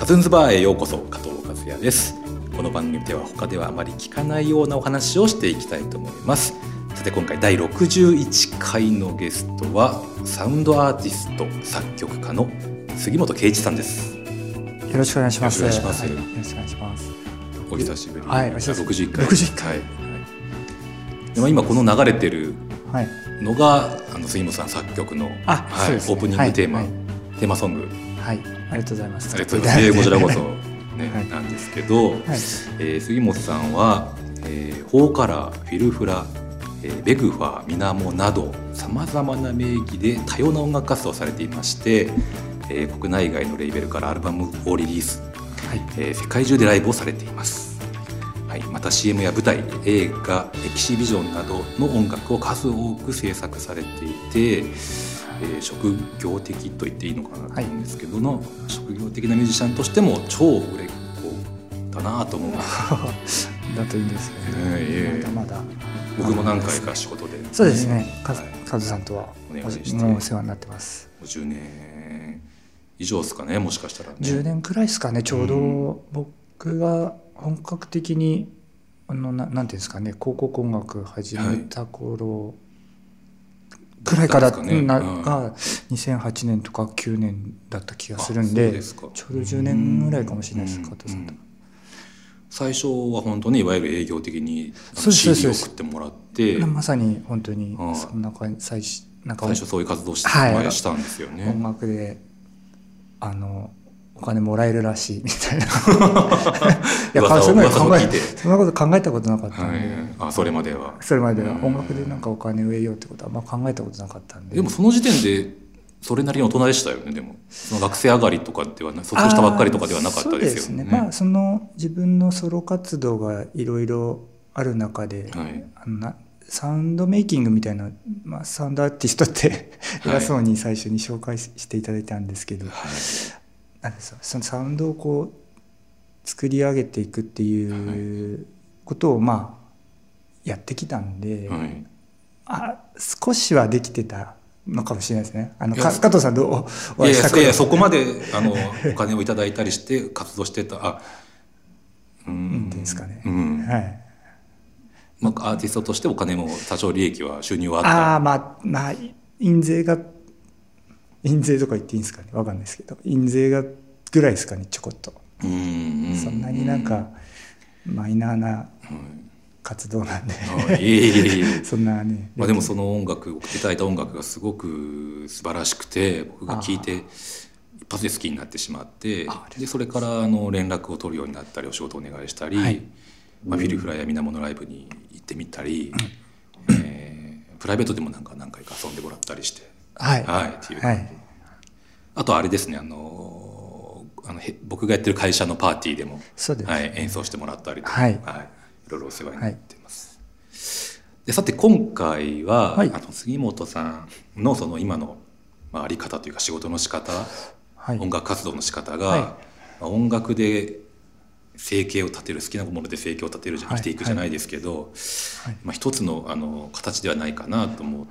ズンズバーへようこそ。加藤和也です。この番組では他ではあまり聞かないようなお話をしていきたいと思います。さて今回第61回のゲストはサウンドアーティスト作曲家の杉本圭一さんです。 よろしくお願いします。 よろしくお願いします。 よろしくお願いします。 お久しぶり。 はい、お久しぶり。 61回。 61回。 はいで今この流れてるのが、杉本さん作曲の、はいね、オープニングテーマ、テーマソング。 はい、ありがとうございます。 ありがとうございます。こちらこそ、ねなんですけど、杉本さんは、フォーカラー、フィルフラ、ベグファー、ミナモなどさまざまな名義で多様な音楽活動をされていまして、国内外のレーベルからアルバムをリリース、世界中でライブをされています。また CM や舞台、映画、エキシビジョンなどの音楽を数多く制作されていて、職業的と言っていいのかなと思うんですけど職業的なミュージシャンとしても超売れっ子だなと思うんですだといいんですけどね。まだ僕も何回か仕事で、 そうですね、カズさんとはもうお世話になってます。 10年以上ですかね、もしかしたらね 10年くらいですかね。ちょうど僕が本格的になんていうんですかね、高校音楽始めた頃くらいからが2008年とか9年だった気がするんで、ちょうど10年ぐらいかもしれないです。加藤さんと最初は本当にいわゆる営業的に CD を送ってもらって、 まさに本当にそんな感じ。最初そういう活動をしたんですよね。 音楽でお金もらえるらしいみたいな。そんなこと考えたことなかったんで、 それまでは音楽でなんかお金を得ようってことは考えたことなかったんで。 でもその時点でそれなりに大人でしたよね。でもその学生上がりとかでは卒業したばっかりとかではなかったですよね。 そうですね。自分のソロ活動がいろいろある中で、サウンドメイキングみたいな、サウンドアーティストって偉そうに最初に紹介していただいたんですけど、そのサウンドを作り上げていくっていうことをやってきたんで、少しはできてたのかもしれないですね。加藤さんどうお会いしたか。 いやそこまでお金をいただいたりして活動してたなんていうんですかね。 アーティストとしてお金も多少利益は収入はあった。 印税とか言っていいんですかね、分かんないですけど、印税がぐらいですかね、ちょこっと。そんなになんかマイナーな活動なんでそんなね。 でもその音楽送っていただいた音楽がすごく素晴らしくて、僕が聴いて一発で好きになってしまって、でそれから連絡を取るようになったり、お仕事をお願いしたり、フィルフラやミナモのライブに行ってみたり、プライベートでも何回か遊んでもらったりして、っていう。あとあれですね、僕がやってる会社のパーティーでも演奏してもらったりとか、いろいろお世話になっています。でさて今回は、杉本さんのその今のあり方というか仕事の仕方、音楽活動の仕方が、音楽で生計を立てる、好きなもので生計を立てる、生きていくじゃないですけど、一つの形ではないかなと思って、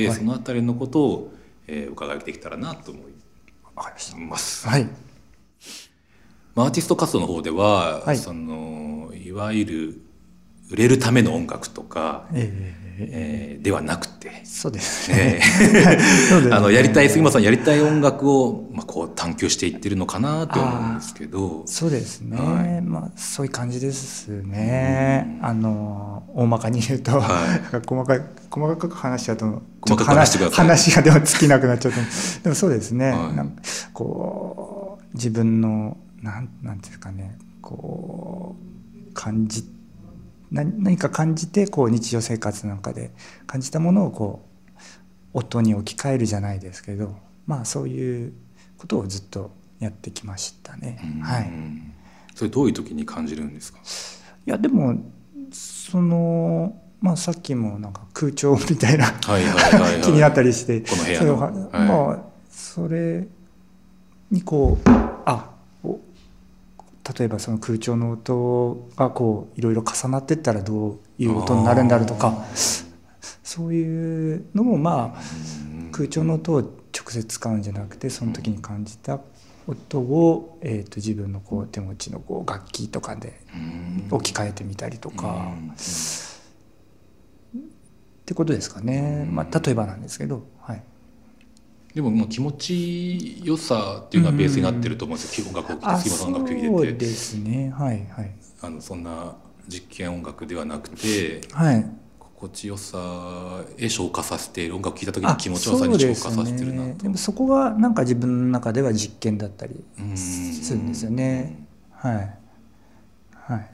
そのあたりのことを伺いできたらなと思います。アーティスト活動の方では、いわゆる売れるための音楽とか、ではなくて、 そうですね。 杉本さんやりたい音楽を探求していってるのかなと思うんですけど。 そうですね。そういう感じですね。大まかに言うと、細かく話しちゃうと話がでも尽きなくなっちゃうと。でもそうですね。自分のなんていうんですかね、何か感じて日常生活の中で感じたものを音に置き換えるじゃないですけど、そういうことをずっとやってきましたね。 それどういう時に感じるんですか。 いやでもさっきも空調みたいな気になったりして、 この部屋のそれに例えばその空調の音がいろいろ重なっていったらどういう音になるんだろうとか、そういうのも空調の音を直直接使うんじゃなくてその時に感じた音を、自分のこう手持ちのこう楽器とかで置き換えてみたりとか、ってことですかね。まあ、例えばなんですけど、はい、 でもまあ気持ちよさっていうのはベースになってると思うんですよ。音楽を聴いて、音楽を聴いてて。 そうですね。はいはい。 そんな実験音楽ではなくて、 はい、 心地よさへ昇華させている、音楽を聴いた時に気持ちよさに昇華させてるなと。 でもそこがなんか自分の中では実験だったりするんですよね。はいはい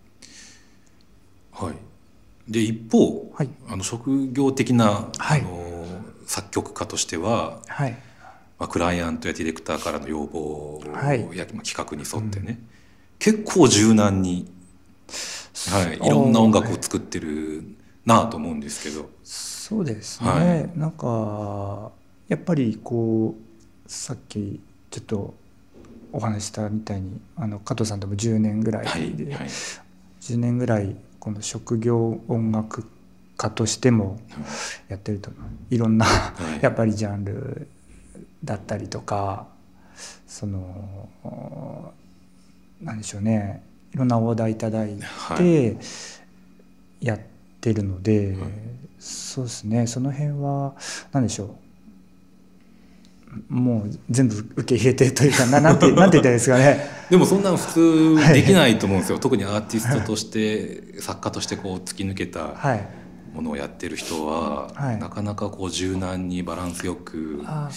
はい。で一方、 はい、 職業的な、 はい、 作曲家としては、 はい、 まあ、クライアントやディレクターからの要望や、まあ、企画に沿ってね、結構柔軟に、はい、いろんな音楽を作ってるなと思うんですけど。 そうですね、 はい、 なんかやっぱりこうさっきちょっとお話したみたいに加藤さんとも10年ぐらいで、はいはい、10年ぐらいこの職業音楽家としてもやってるといろんなやっぱりジャンルだったりとかそのなんでしょうね、いろんなオーダーいただいてやってるので、はい、そうですね、その辺は何でしょう、もう全部受け入れてというかなんて言ったらいいですかね。 でもそんなの普通できないと思うんですよ、はい、特にアーティストとして作家としてこう突き抜けたものをやってる人は、はい、なかなかこう柔軟にバランスよく。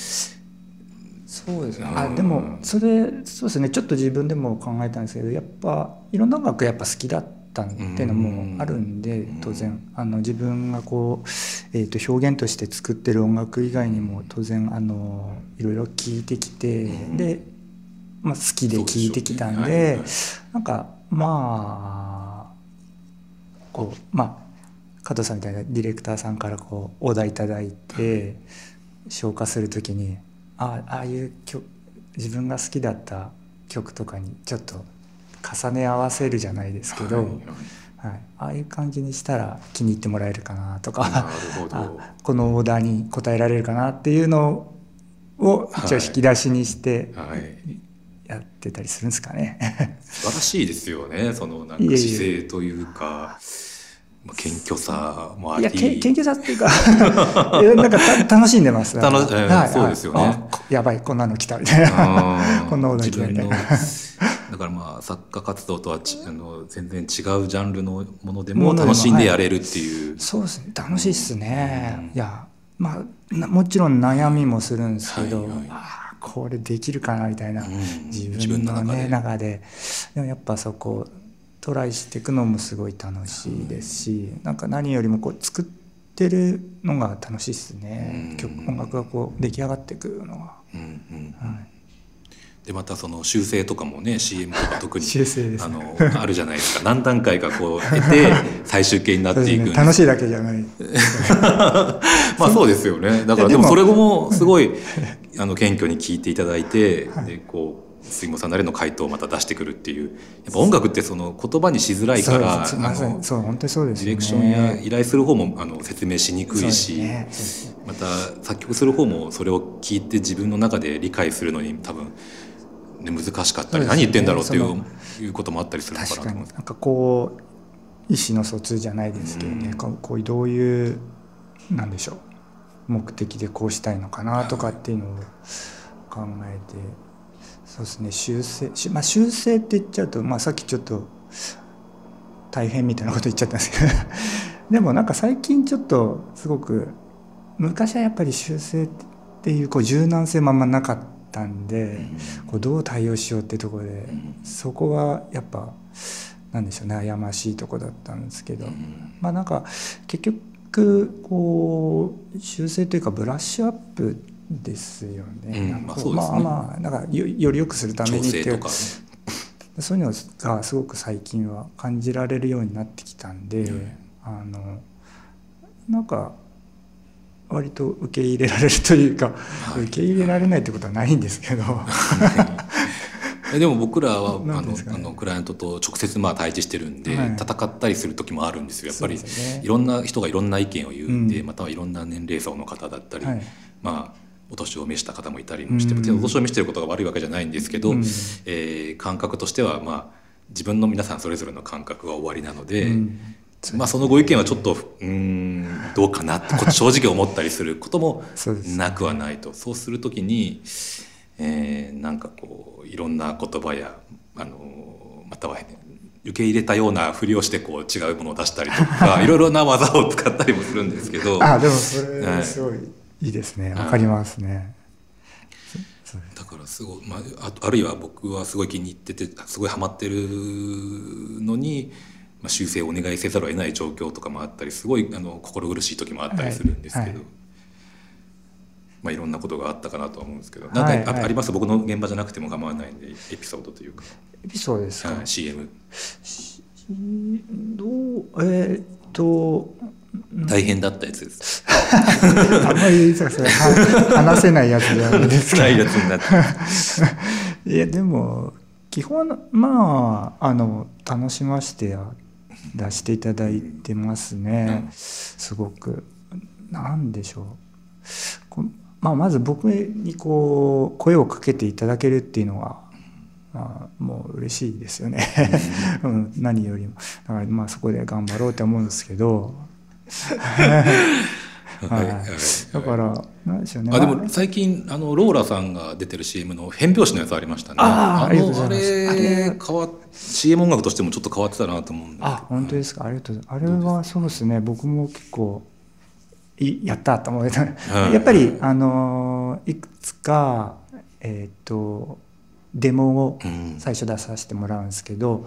そうですね、でもそうですね、ちょっと自分でも考えたんですけど、やっぱいろんな音楽やっぱ好きだったっていうのもあるんで、当然自分がこう、表現として作ってる音楽以外にも当然いろいろ聴いてきて、で、まあ、好きで聴いてきたんで、なんかまあこう加藤さんみたいなディレクターさんからこうオーダーいただいて消化するときにああいう自分が好きだった曲とかにちょっと重ね合わせるじゃないですけど、はいはい、ああいう感じにしたら気に入ってもらえるかなとかこのオーダーに応えられるかなっていうのを一応引き出しにしてやってたりするんですかね。 素晴らしいですよね、そのなんか姿勢というか謙虚さもあり、いや謙虚さっていうかなんか楽しんでます。 そうですよね。 やばいこんなの来たみたいなこんなの来たみたいな。 だからまあ作家活動とは全然違うジャンルのものでも楽しんでやれるっていう、はい、そうですね、 楽しいですね。いやまあもちろん悩みもするんですけど、はいはい、これできるかなみたいな、自分の、ね、中ででもやっぱそこトライしていくのもすごい楽しいですし、なんか何よりもこう作ってるのが楽しいですね。音楽がこう出来上がっていくのが、はい、 でまたその修正とかもね CM とか特に修正です、 あるじゃないですか。何段階かこう経て最終形になっていくんです、 楽しいだけじゃないまあそうですよね。だからでもそれもすごい謙虚に聞いていただいて、はい、でこう杉本さんなりの回答をまた出してくるっていう、やっぱ音楽ってその言葉にしづらいからそう本当にそうですよね。 ディレクションや依頼する方も説明しにくいし、また作曲する方もそれを聞いて自分の中で理解するのに多分、ね、難しかったり、何言ってんだろうっていうこともあったりするのかなと思うんです。 なんかこう意思の疎通じゃないですけどね、こうどういうなんでしょう目的でこうしたいのかなとかっていうのを考えて、そうですね、修正って言っちゃうと、さっきちょっと大変みたいなこと言っちゃったんですけどでもなんか最近ちょっとすごく昔はやっぱり修正っていうこう柔軟性もあんまなかったんで、こうどう対応しようってところで、そこがやっぱなんでしょうね、悩ましいとこだったんですけど、なんか結局こう修正というかブラッシュアップですよね。なんかより良くするためにっていう、そういうのがすごく最近は感じられるようになってきたんで、なんか割と受け入れられるというか、受け入れられないってことはないんですけどでも僕らはクライアントと直接対峙してるんで、戦ったりする時もあるんですよ。やっぱりいろんな人がいろんな意見を言うんで、またはいろんな年齢層の方だったり、 お年を召した方もいたりもして、お年を召していることが悪いわけじゃないんですけど、感覚としては自分の皆さんそれぞれの感覚は終わりなので、そのご意見はちょっとどうかなって正直思ったりすることもなくはないと。そうするときに、なんかこういろんな言葉やまたは受け入れたようなふりをしてこう違うものを出したりとかいろいろな技を使ったりもするんですけど。 でもそれすごいいいですね。わかりますね。 だからすごい、あるいは僕はすごい気に入っててすごいハマってるのに、修正をお願いせざるを得ない状況とかもあったり、すごい心苦しい時もあったりするんですけど、いろんなことがあったかなとは思うんですけど、なんかあります？僕の現場じゃなくても構わないんで、エピソードというか。 エピソードですか？ CM。大変だったやつです。 あんまりそれ話せないやつじゃないですか。 ないやつになっていやでも基本楽しまして出していただいてますね。すごくなんでしょう。まず僕にこう声をかけていただけるっていうのは。もう嬉しいですよね。何よりもだからそこで頑張ろうって思うんですけどだからなんでしょうね。 でも最近ローラさんが出てる CM の変拍子のやつありましたね。 ありがとうございます。 CM 音楽としてもちょっと変わってたなと思うんで。 本当ですか。ありがとうございます。あれはそうですね。僕も結構やったと思ってやっぱりいくつかデモを最初出させてもらうんですけど、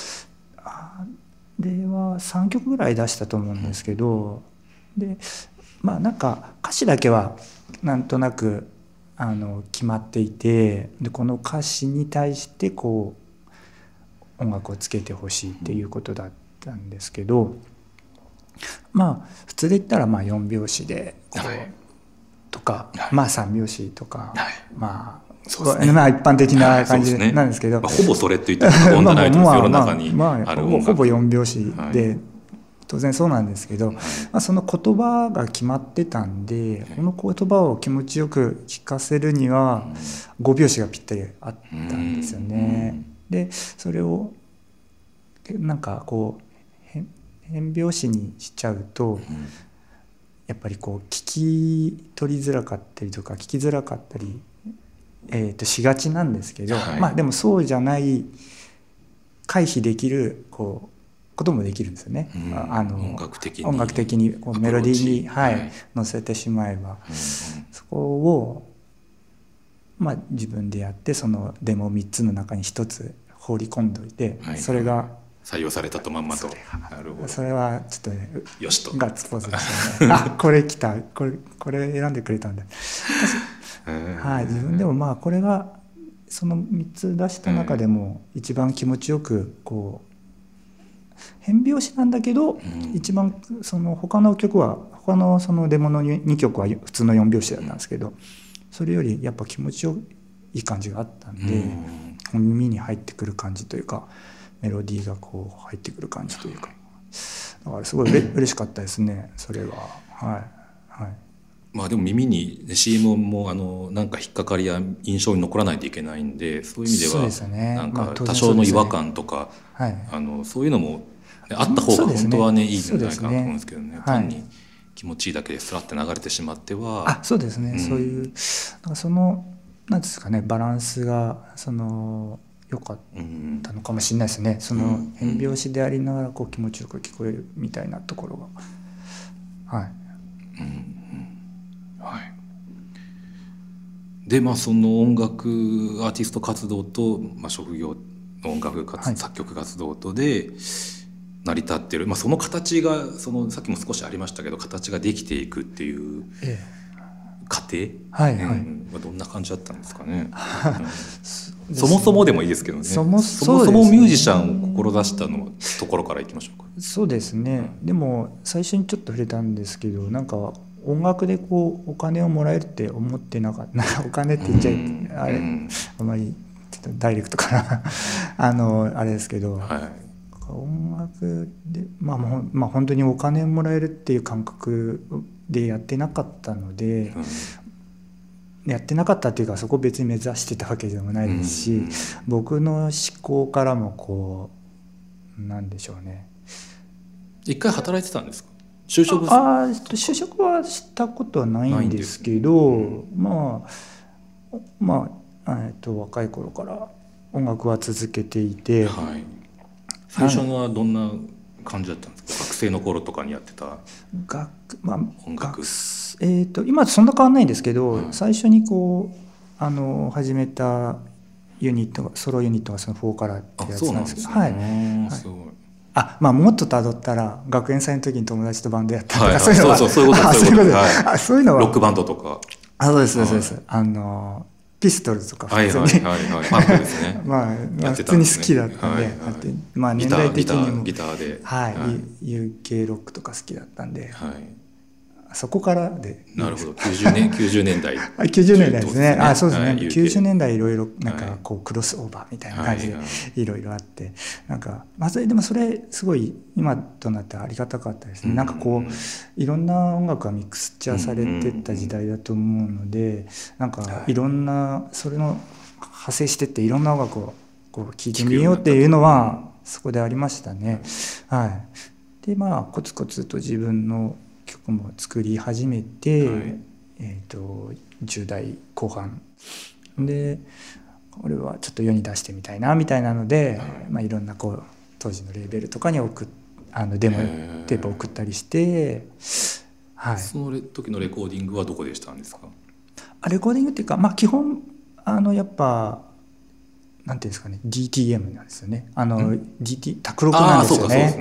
では3曲ぐらい出したと思うんですけど、でなんか歌詞だけはなんとなく決まっていて、でこの歌詞に対してこう音楽をつけてほしいっていうことだったんですけど、普通で言ったら4拍子でとか、3拍子とか、そうですね、一般的な感じなんですけど、 ほぼそれって言ったら過言じゃないと世の中にある音楽、 ほぼ4拍子で、当然そうなんですけど、その言葉が決まってたんで、この言葉を気持ちよく聞かせるには5拍子がぴったりあったんですよね。でそれをなんかこう変拍子にしちゃうと、やっぱりこう聞き取りづらかったりとか聞きづらかったりしがちなんですけど、でもそうじゃない回避できることもできるんですよね。音楽的にこうメロディーに乗せてしまえば、そこを自分でやって、そのデモ3つの中に1つ放り込んどいて、それが採用されたとまんまと。 なるほど。それはちょっとね、 よしとガッツポーズですよね。これ来た、これ選んでくれたんだ。自分でもこれがその3つ出した中でも一番気持ちよくこう変拍子なんだけど、一番その他のそのデモの2曲は普通の4拍子だったんですけど、それよりやっぱ気持ちよい感じがあったんで、耳に入ってくる感じというか、メロディーがこう入ってくる感じというか、だからすごい嬉しかったですね、それは。 でも耳に CM もなんか引っかかりや印象に残らないといけないんで、そういう意味ではなんか多少の違和感とか、そういうのもあった方が本当はねいいんじゃないかなと思うんですけどね。単に気持ちいいだけでスラッて流れてしまっては、 そうですね、そういうそのなんですかね、バランスが良かったのかもしれないですね。その変拍子でありながらこう気持ちよく聞こえるみたいなところが。 でその音楽アーティスト活動と、職業の音楽作曲活動とで成り立ってる、その形がさっきも少しありましたけど、形ができていくっていう過程、どんな感じだったんですかね。そもそもでもいいですけどね。そもそもミュージシャンを志したのところからいきましょうか。 そうですね。でも最初にちょっと触れたんですけど、なんか音楽でこうお金をもらえるって思ってなかった。お金って言っちゃあれ、あまりちょっとダイレクトかなあれですけど、音楽で本当にお金もらえるっていう感覚でやってなかったので、 やってなかったっていうか、そこ別に目指してたわけでもないですし、僕の思考からもこうなんでしょうね。 一回働いてたんですか？就職はしたことはないんですけど、若い頃から音楽は続けていて、 最初はどんな感じだったんですか？学生の頃とかにやってた音楽。 今とそんな変わんないんですけど、最初にこう始めたユニットがソロユニットがそのフォーカラーってやつなんですけど、もっとたどったら学園祭の時に友達とバンドやったとか、そういうのはそういうのはロックバンドとか。 そうですピストルとか普通に普通に好きだったんで、年代的にもギターで UK ロックとか好きだったんで、そこからで。 なるほど。90年代 90年代ですね。そうですね。90年代いろいろなんかこうクロスオーバーみたいな感じでいろいろあって、なんかでもそれすごい今となってありがたかったですね。なんかこういろんな音楽がミクスチャーされてった時代だと思うので、なんかいろんなそれの派生してっていろんな音楽をこう聴いてみようっていうのはそこでありましたね。でコツコツと自分の曲も作り始めて、10代後半でこれはちょっと世に出してみたいなみたいなので、いろんなこう当時のレーベルとかにデモテープを送ったりして、 その時のレコーディングはどこでしたんですか？ レコーディングっていうか、基本やっぱなんていうんですかね、 DTM なんですよね。卓録なんですよね。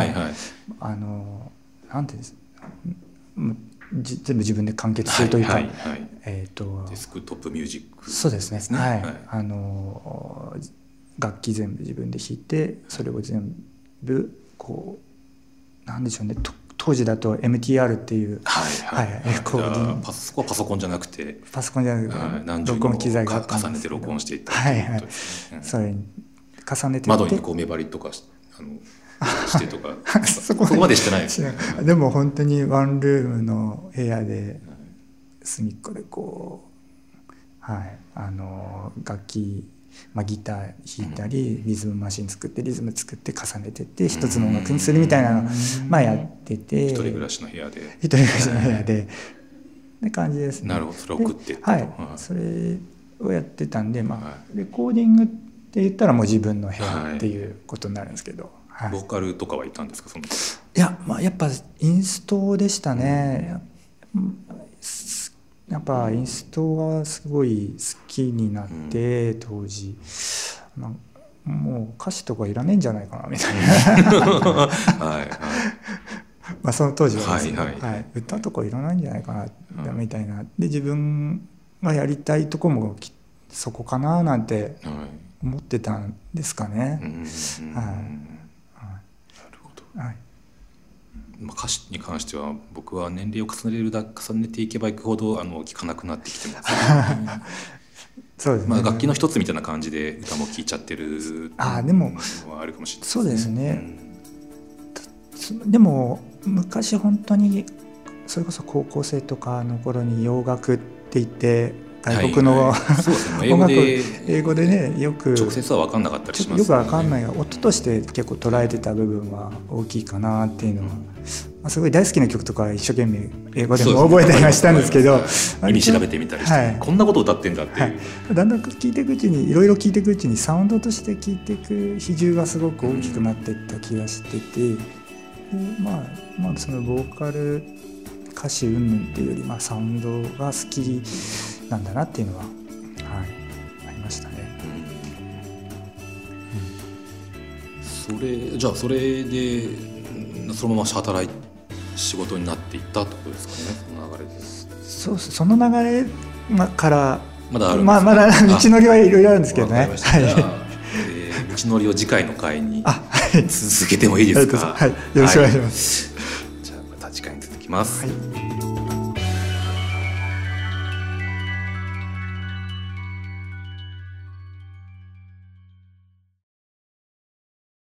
なんていうんですか、全部自分で完結するというか、 デスクトップミュージック、 そうですね。楽器全部自分で弾いて、それを全部こうなんでしょうね。当時だと MTR っていうレコーディング、 パソコンじゃなくて録音機材があったんですけど、 重ねて録音していったそれに重ねて窓にこう目張りとかしてとかそこまでしてないですね。 でも本当にワンルームの部屋で隅っこでこう、楽器、ギター弾いたりリズムマシン作ってリズム作って重ねてって一つの音楽にするみたいなのやってて、 一人暮らしの部屋でって感じですね。 なるほど。それを送ってってそれをやってたんで、レコーディングって言ったらもう自分の部屋っていうことになるんですけど、 ボーカルとかはいたんですか？ いや、やっぱインストでしたね。やっぱインストがすごい好きになって、当時もう歌詞とかいらねえんじゃないかなみたいなその当時はですね、歌とかいらないんじゃないかなみたいなで、自分がやりたいとこもそこかななんて思ってたんですかね。 歌詞に関しては僕は年齢を重ねていけばいくほど聴かなくなってきてます、 そうですね。 楽器の一つみたいな感じで歌も聴いちゃってるでもはあるかもしれないですね。 そうですね、でも昔本当にそれこそ高校生とかの頃に洋楽って言って外国の音楽英語でね、よく直接は分かんなかったりしますね。 よく分かんないが音として結構捉えてた部分は大きいかなっていうのは、すごい大好きな曲とか一生懸命英語でも覚えたりはしたんですけど、 意味調べてみたりして、こんなこと歌ってんだっていう、 だんだん聞いていくうちにいろいろ聞いていくうちにサウンドとして聞いていく比重がすごく大きくなっていった気がしてて、そのボーカル歌詞云々っていうより、サウンドが好きなんだなっていうのは、ありましたね。 それでそのまま仕事になっていったってことですかね。その流れです。 そうです。その流れからまだあるんですか？ まだ道のりはいろいろあるんですけどね。 道のりを次回の回に続けてもいいですか？ よろしくお願いします。 じゃあまた次回に続きます。